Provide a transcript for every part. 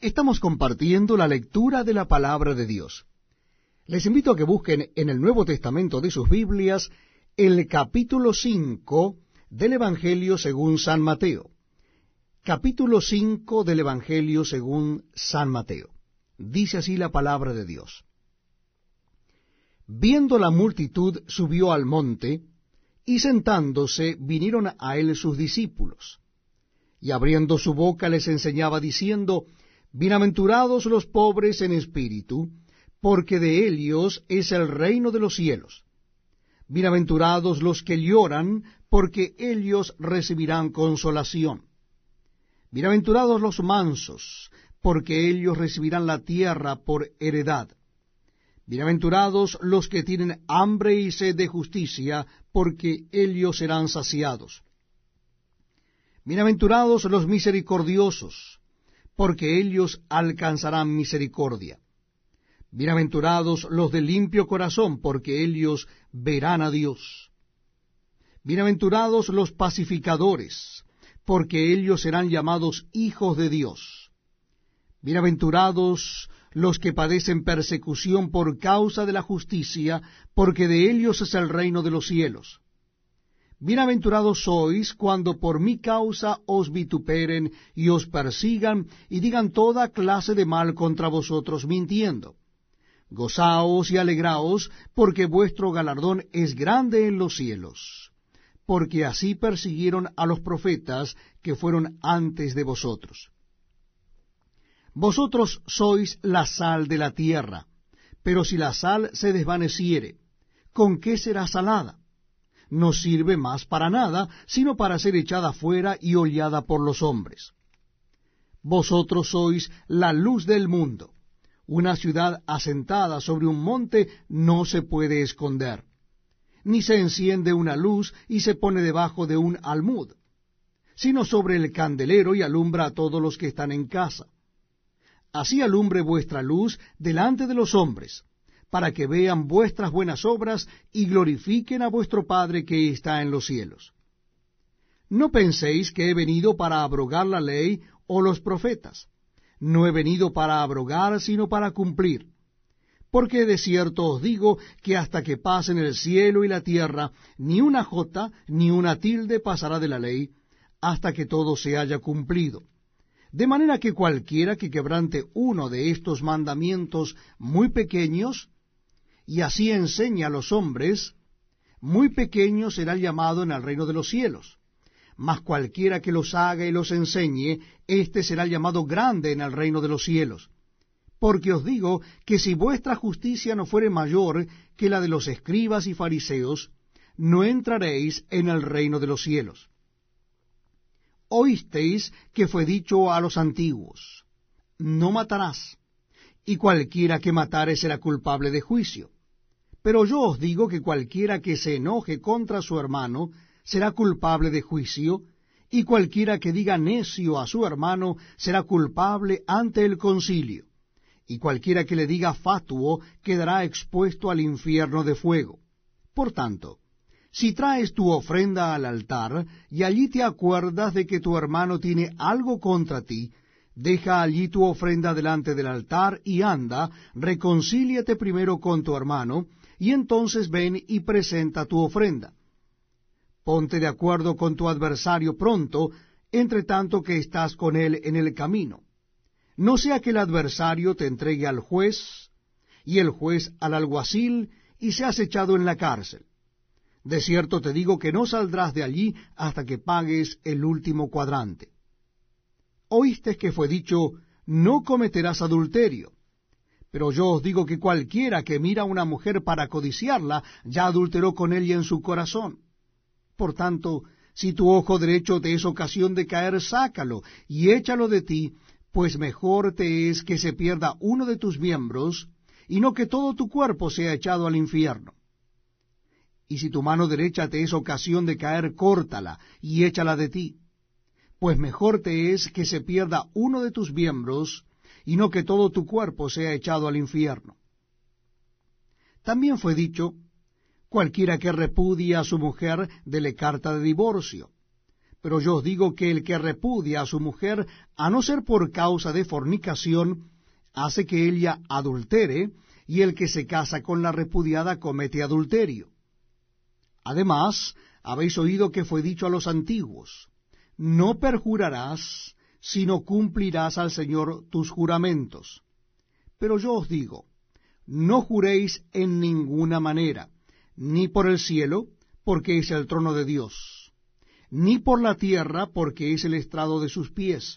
Estamos compartiendo la lectura de la palabra de Dios. Les invito a que busquen en el Nuevo Testamento de sus Biblias el capítulo 5 del Evangelio según San Mateo. Capítulo 5 del Evangelio según San Mateo. Dice así la palabra de Dios. Viendo la multitud, subió al monte, y sentándose vinieron a él sus discípulos. Y abriendo su boca les enseñaba diciendo, Bienaventurados los pobres en espíritu, porque de ellos es el reino de los cielos. Bienaventurados los que lloran, porque ellos recibirán consolación. Bienaventurados los mansos, porque ellos recibirán la tierra por heredad. Bienaventurados los que tienen hambre y sed de justicia, porque ellos serán saciados. Bienaventurados los misericordiosos, porque ellos alcanzarán misericordia. Bienaventurados los de limpio corazón, porque ellos verán a Dios. Bienaventurados los pacificadores, porque ellos serán llamados hijos de Dios. Bienaventurados los que padecen persecución por causa de la justicia, porque de ellos es el reino de los cielos. Bienaventurados sois cuando por mi causa os vituperen y os persigan y digan toda clase de mal contra vosotros mintiendo. Gozaos y alegraos, porque vuestro galardón es grande en los cielos, porque así persiguieron a los profetas que fueron antes de vosotros. Vosotros sois la sal de la tierra, pero si la sal se desvaneciere, ¿con qué será salada? No sirve más para nada, sino para ser echada fuera y hollada por los hombres. Vosotros sois la luz del mundo. Una ciudad asentada sobre un monte no se puede esconder, ni se enciende una luz y se pone debajo de un almud, sino sobre el candelero y alumbra a todos los que están en casa. Así alumbre vuestra luz delante de los hombres, para que vean vuestras buenas obras y glorifiquen a vuestro Padre que está en los cielos. No penséis que he venido para abrogar la ley o los profetas. No he venido para abrogar, sino para cumplir. Porque de cierto os digo que hasta que pasen el cielo y la tierra, ni una jota ni una tilde pasará de la ley, hasta que todo se haya cumplido. De manera que cualquiera que quebrante uno de estos mandamientos muy pequeños, y así enseña a los hombres, muy pequeño será llamado en el reino de los cielos. Mas cualquiera que los haga y los enseñe, éste será llamado grande en el reino de los cielos. Porque os digo que si vuestra justicia no fuere mayor que la de los escribas y fariseos, no entraréis en el reino de los cielos. Oísteis que fue dicho a los antiguos, no matarás, y cualquiera que matare será culpable de juicio. Pero yo os digo que cualquiera que se enoje contra su hermano será culpable de juicio, y cualquiera que diga necio a su hermano será culpable ante el concilio, y cualquiera que le diga fatuo quedará expuesto al infierno de fuego. Por tanto, si traes tu ofrenda al altar, y allí te acuerdas de que tu hermano tiene algo contra ti, deja allí tu ofrenda delante del altar, y anda, reconcíliate primero con tu hermano, y entonces ven y presenta tu ofrenda. Ponte de acuerdo con tu adversario pronto, entre tanto que estás con él en el camino. No sea que el adversario te entregue al juez, y el juez al alguacil, y seas echado en la cárcel. De cierto te digo que no saldrás de allí hasta que pagues el último cuadrante. Oíste que fue dicho, no cometerás adulterio. Pero yo os digo que cualquiera que mira a una mujer para codiciarla, ya adulteró con ella en su corazón. Por tanto, si tu ojo derecho te es ocasión de caer, sácalo y échalo de ti, pues mejor te es que se pierda uno de tus miembros, y no que todo tu cuerpo sea echado al infierno. Y si tu mano derecha te es ocasión de caer, córtala y échala de ti, pues mejor te es que se pierda uno de tus miembros, y no que todo tu cuerpo sea echado al infierno. También fue dicho, cualquiera que repudia a su mujer, dele carta de divorcio. Pero yo os digo que el que repudia a su mujer, a no ser por causa de fornicación, hace que ella adultere, y el que se casa con la repudiada comete adulterio. Además, habéis oído que fue dicho a los antiguos, no perjurarás, sino cumplirás al Señor tus juramentos. Pero yo os digo, no juréis en ninguna manera, ni por el cielo, porque es el trono de Dios, ni por la tierra, porque es el estrado de sus pies,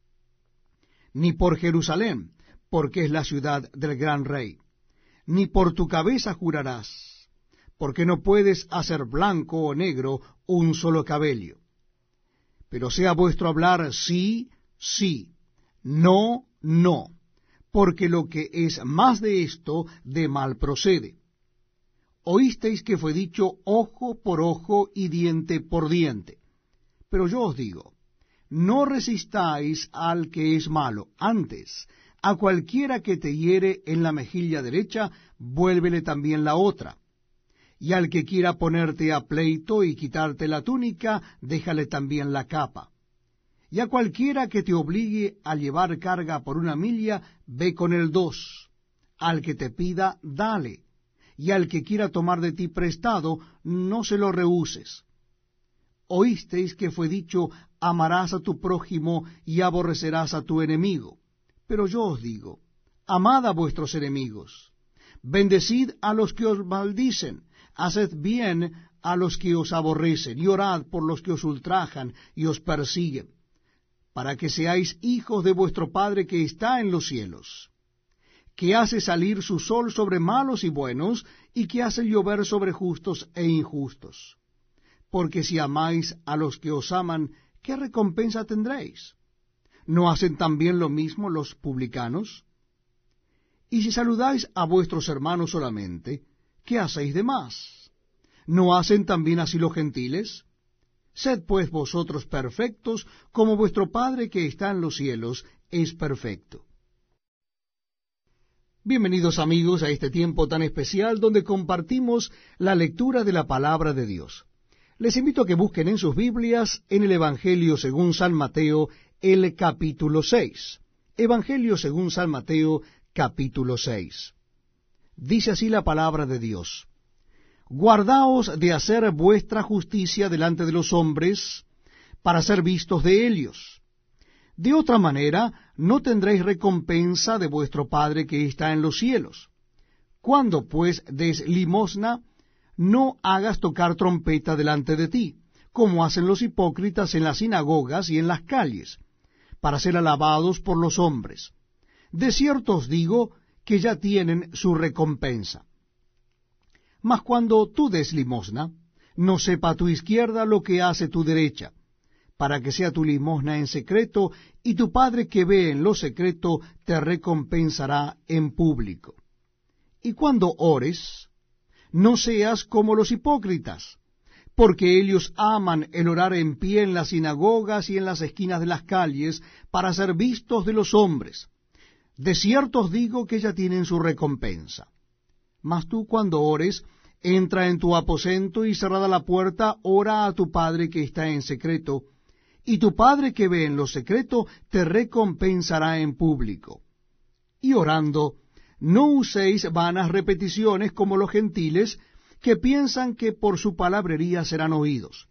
ni por Jerusalén, porque es la ciudad del gran rey, ni por tu cabeza jurarás, porque no puedes hacer blanco o negro un solo cabello. Pero sea vuestro hablar sí, sí, no, no, porque lo que es más de esto, de mal procede. Oísteis que fue dicho ojo por ojo y diente por diente. Pero yo os digo, no resistáis al que es malo, antes, a cualquiera que te hiere en la mejilla derecha, vuélvele también la otra. Y al que quiera ponerte a pleito y quitarte la túnica, déjale también la capa. Y a cualquiera que te obligue a llevar carga por 1 milla, ve con él 2. Al que te pida, dale. Y al que quiera tomar de ti prestado, no se lo rehuses. Oísteis que fue dicho, amarás a tu prójimo y aborrecerás a tu enemigo. Pero yo os digo, amad a vuestros enemigos, bendecid a los que os maldicen, haced bien a los que os aborrecen, y orad por los que os ultrajan y os persiguen, para que seáis hijos de vuestro Padre que está en los cielos, que hace salir su sol sobre malos y buenos, y que hace llover sobre justos e injustos. Porque si amáis a los que os aman, ¿qué recompensa tendréis? ¿No hacen también lo mismo los publicanos? Y si saludáis a vuestros hermanos solamente, ¿qué hacéis de más? ¿No hacen también así los gentiles? Sed pues vosotros perfectos, como vuestro Padre que está en los cielos es perfecto. Bienvenidos amigos a este tiempo tan especial donde compartimos la lectura de la palabra de Dios. Les invito a que busquen en sus Biblias, en el Evangelio según San Mateo, el capítulo 6. Evangelio según San Mateo, capítulo 6. Dice así la palabra de Dios: Guardaos de hacer vuestra justicia delante de los hombres, para ser vistos de ellos. De otra manera, no tendréis recompensa de vuestro Padre que está en los cielos. Cuando pues des limosna, no hagas tocar trompeta delante de ti, como hacen los hipócritas en las sinagogas y en las calles, para ser alabados por los hombres. De cierto os digo que ya tienen su recompensa. Mas cuando tú des limosna, no sepa tu izquierda lo que hace tu derecha, para que sea tu limosna en secreto, y tu Padre que ve en lo secreto te recompensará en público. Y cuando ores, no seas como los hipócritas, porque ellos aman el orar en pie en las sinagogas y en las esquinas de las calles, para ser vistos de los hombres. De cierto os digo que ya tienen su recompensa. Mas tú cuando ores, entra en tu aposento y cerrada la puerta, ora a tu Padre que está en secreto, y tu Padre que ve en lo secreto te recompensará en público. Y orando, no uséis vanas repeticiones como los gentiles, que piensan que por su palabrería serán oídos.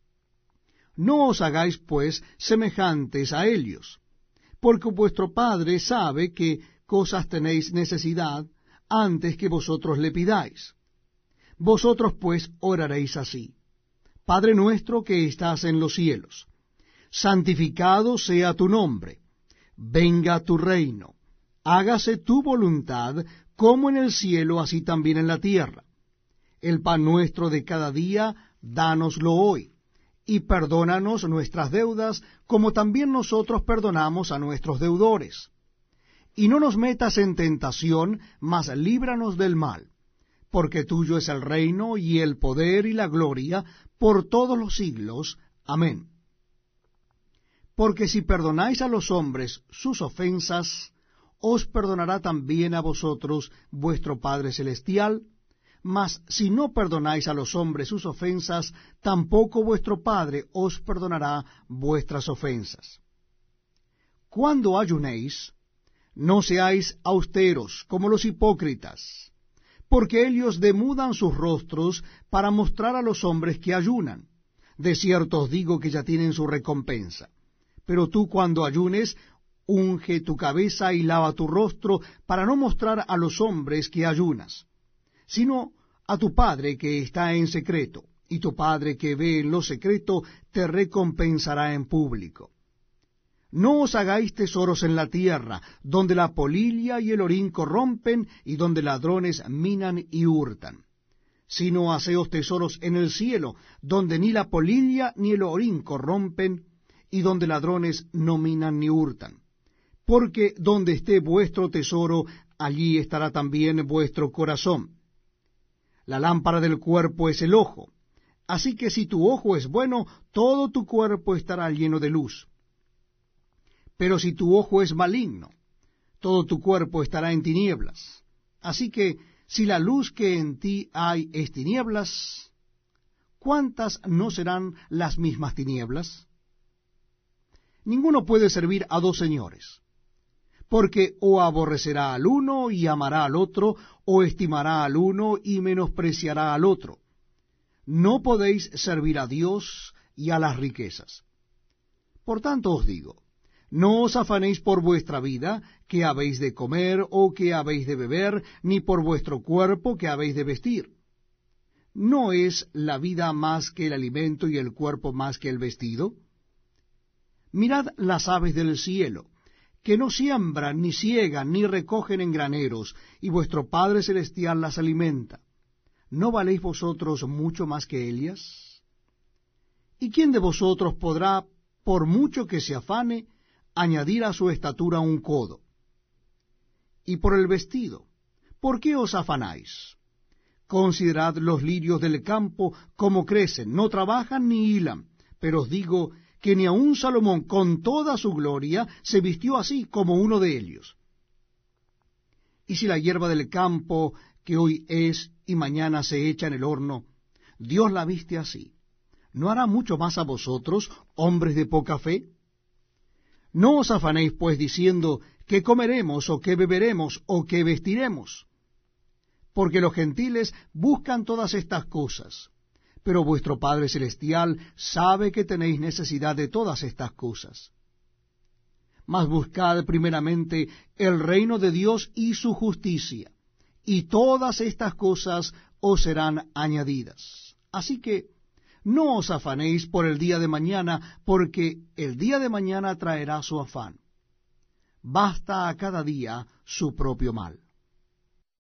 No os hagáis, pues, semejantes a ellos, porque vuestro Padre sabe qué cosas tenéis necesidad antes que vosotros le pidáis. Vosotros, pues, oraréis así: Padre nuestro que estás en los cielos, santificado sea tu nombre, venga tu reino, hágase tu voluntad, como en el cielo, así también en la tierra. El pan nuestro de cada día, dánoslo hoy, y perdónanos nuestras deudas, como también nosotros perdonamos a nuestros deudores. Y no nos metas en tentación, mas líbranos del mal, porque tuyo es el reino, y el poder, y la gloria, por todos los siglos. Amén. Porque si perdonáis a los hombres sus ofensas, os perdonará también a vosotros vuestro Padre Celestial. Mas si no perdonáis a los hombres sus ofensas, tampoco vuestro Padre os perdonará vuestras ofensas. Cuando ayunéis, no seáis austeros como los hipócritas, porque ellos demudan sus rostros para mostrar a los hombres que ayunan. De cierto os digo que ya tienen su recompensa. Pero tú, cuando ayunes, unge tu cabeza y lava tu rostro, para no mostrar a los hombres que ayunas, sino a tu Padre que está en secreto, y tu Padre que ve en lo secreto te recompensará en público. No os hagáis tesoros en la tierra, donde la polilla y el orín corrompen, y donde ladrones minan y hurtan, sino haceos tesoros en el cielo, donde ni la polilla ni el orín corrompen, y donde ladrones no minan ni hurtan. Porque donde esté vuestro tesoro, allí estará también vuestro corazón. La lámpara del cuerpo es el ojo. Así que si tu ojo es bueno, todo tu cuerpo estará lleno de luz. Pero si tu ojo es maligno, todo tu cuerpo estará en tinieblas. Así que si la luz que en ti hay es tinieblas, ¿cuántas no serán las mismas tinieblas? Ninguno puede servir a dos señores, porque o aborrecerá al uno y amará al otro, o estimará al uno y menospreciará al otro. No podéis servir a Dios y a las riquezas. Por tanto os digo, no os afanéis por vuestra vida, que habéis de comer o que habéis de beber, ni por vuestro cuerpo, que habéis de vestir. ¿No es la vida más que el alimento y el cuerpo más que el vestido? Mirad las aves del cielo, que no siembran, ni siegan, ni recogen en graneros, y vuestro Padre Celestial las alimenta. ¿No valéis vosotros mucho más que ellas? ¿Y quién de vosotros podrá, por mucho que se afane, añadir a su estatura un codo? Y por el vestido, ¿por qué os afanáis? Considerad los lirios del campo, cómo crecen, no trabajan ni hilan, pero os digo que ni aun Salomón con toda su gloria se vistió así como uno de ellos. Y si la hierba del campo, que hoy es y mañana se echa en el horno, Dios la viste así, ¿no hará mucho más a vosotros, hombres de poca fe? No os afanéis pues diciendo, ¿qué comeremos, o qué beberemos, o qué vestiremos? Porque los gentiles buscan todas estas cosas, pero vuestro Padre Celestial sabe que tenéis necesidad de todas estas cosas. Mas buscad primeramente el reino de Dios y su justicia, y todas estas cosas os serán añadidas. Así que no os afanéis por el día de mañana, porque el día de mañana traerá su afán. Basta a cada día su propio mal.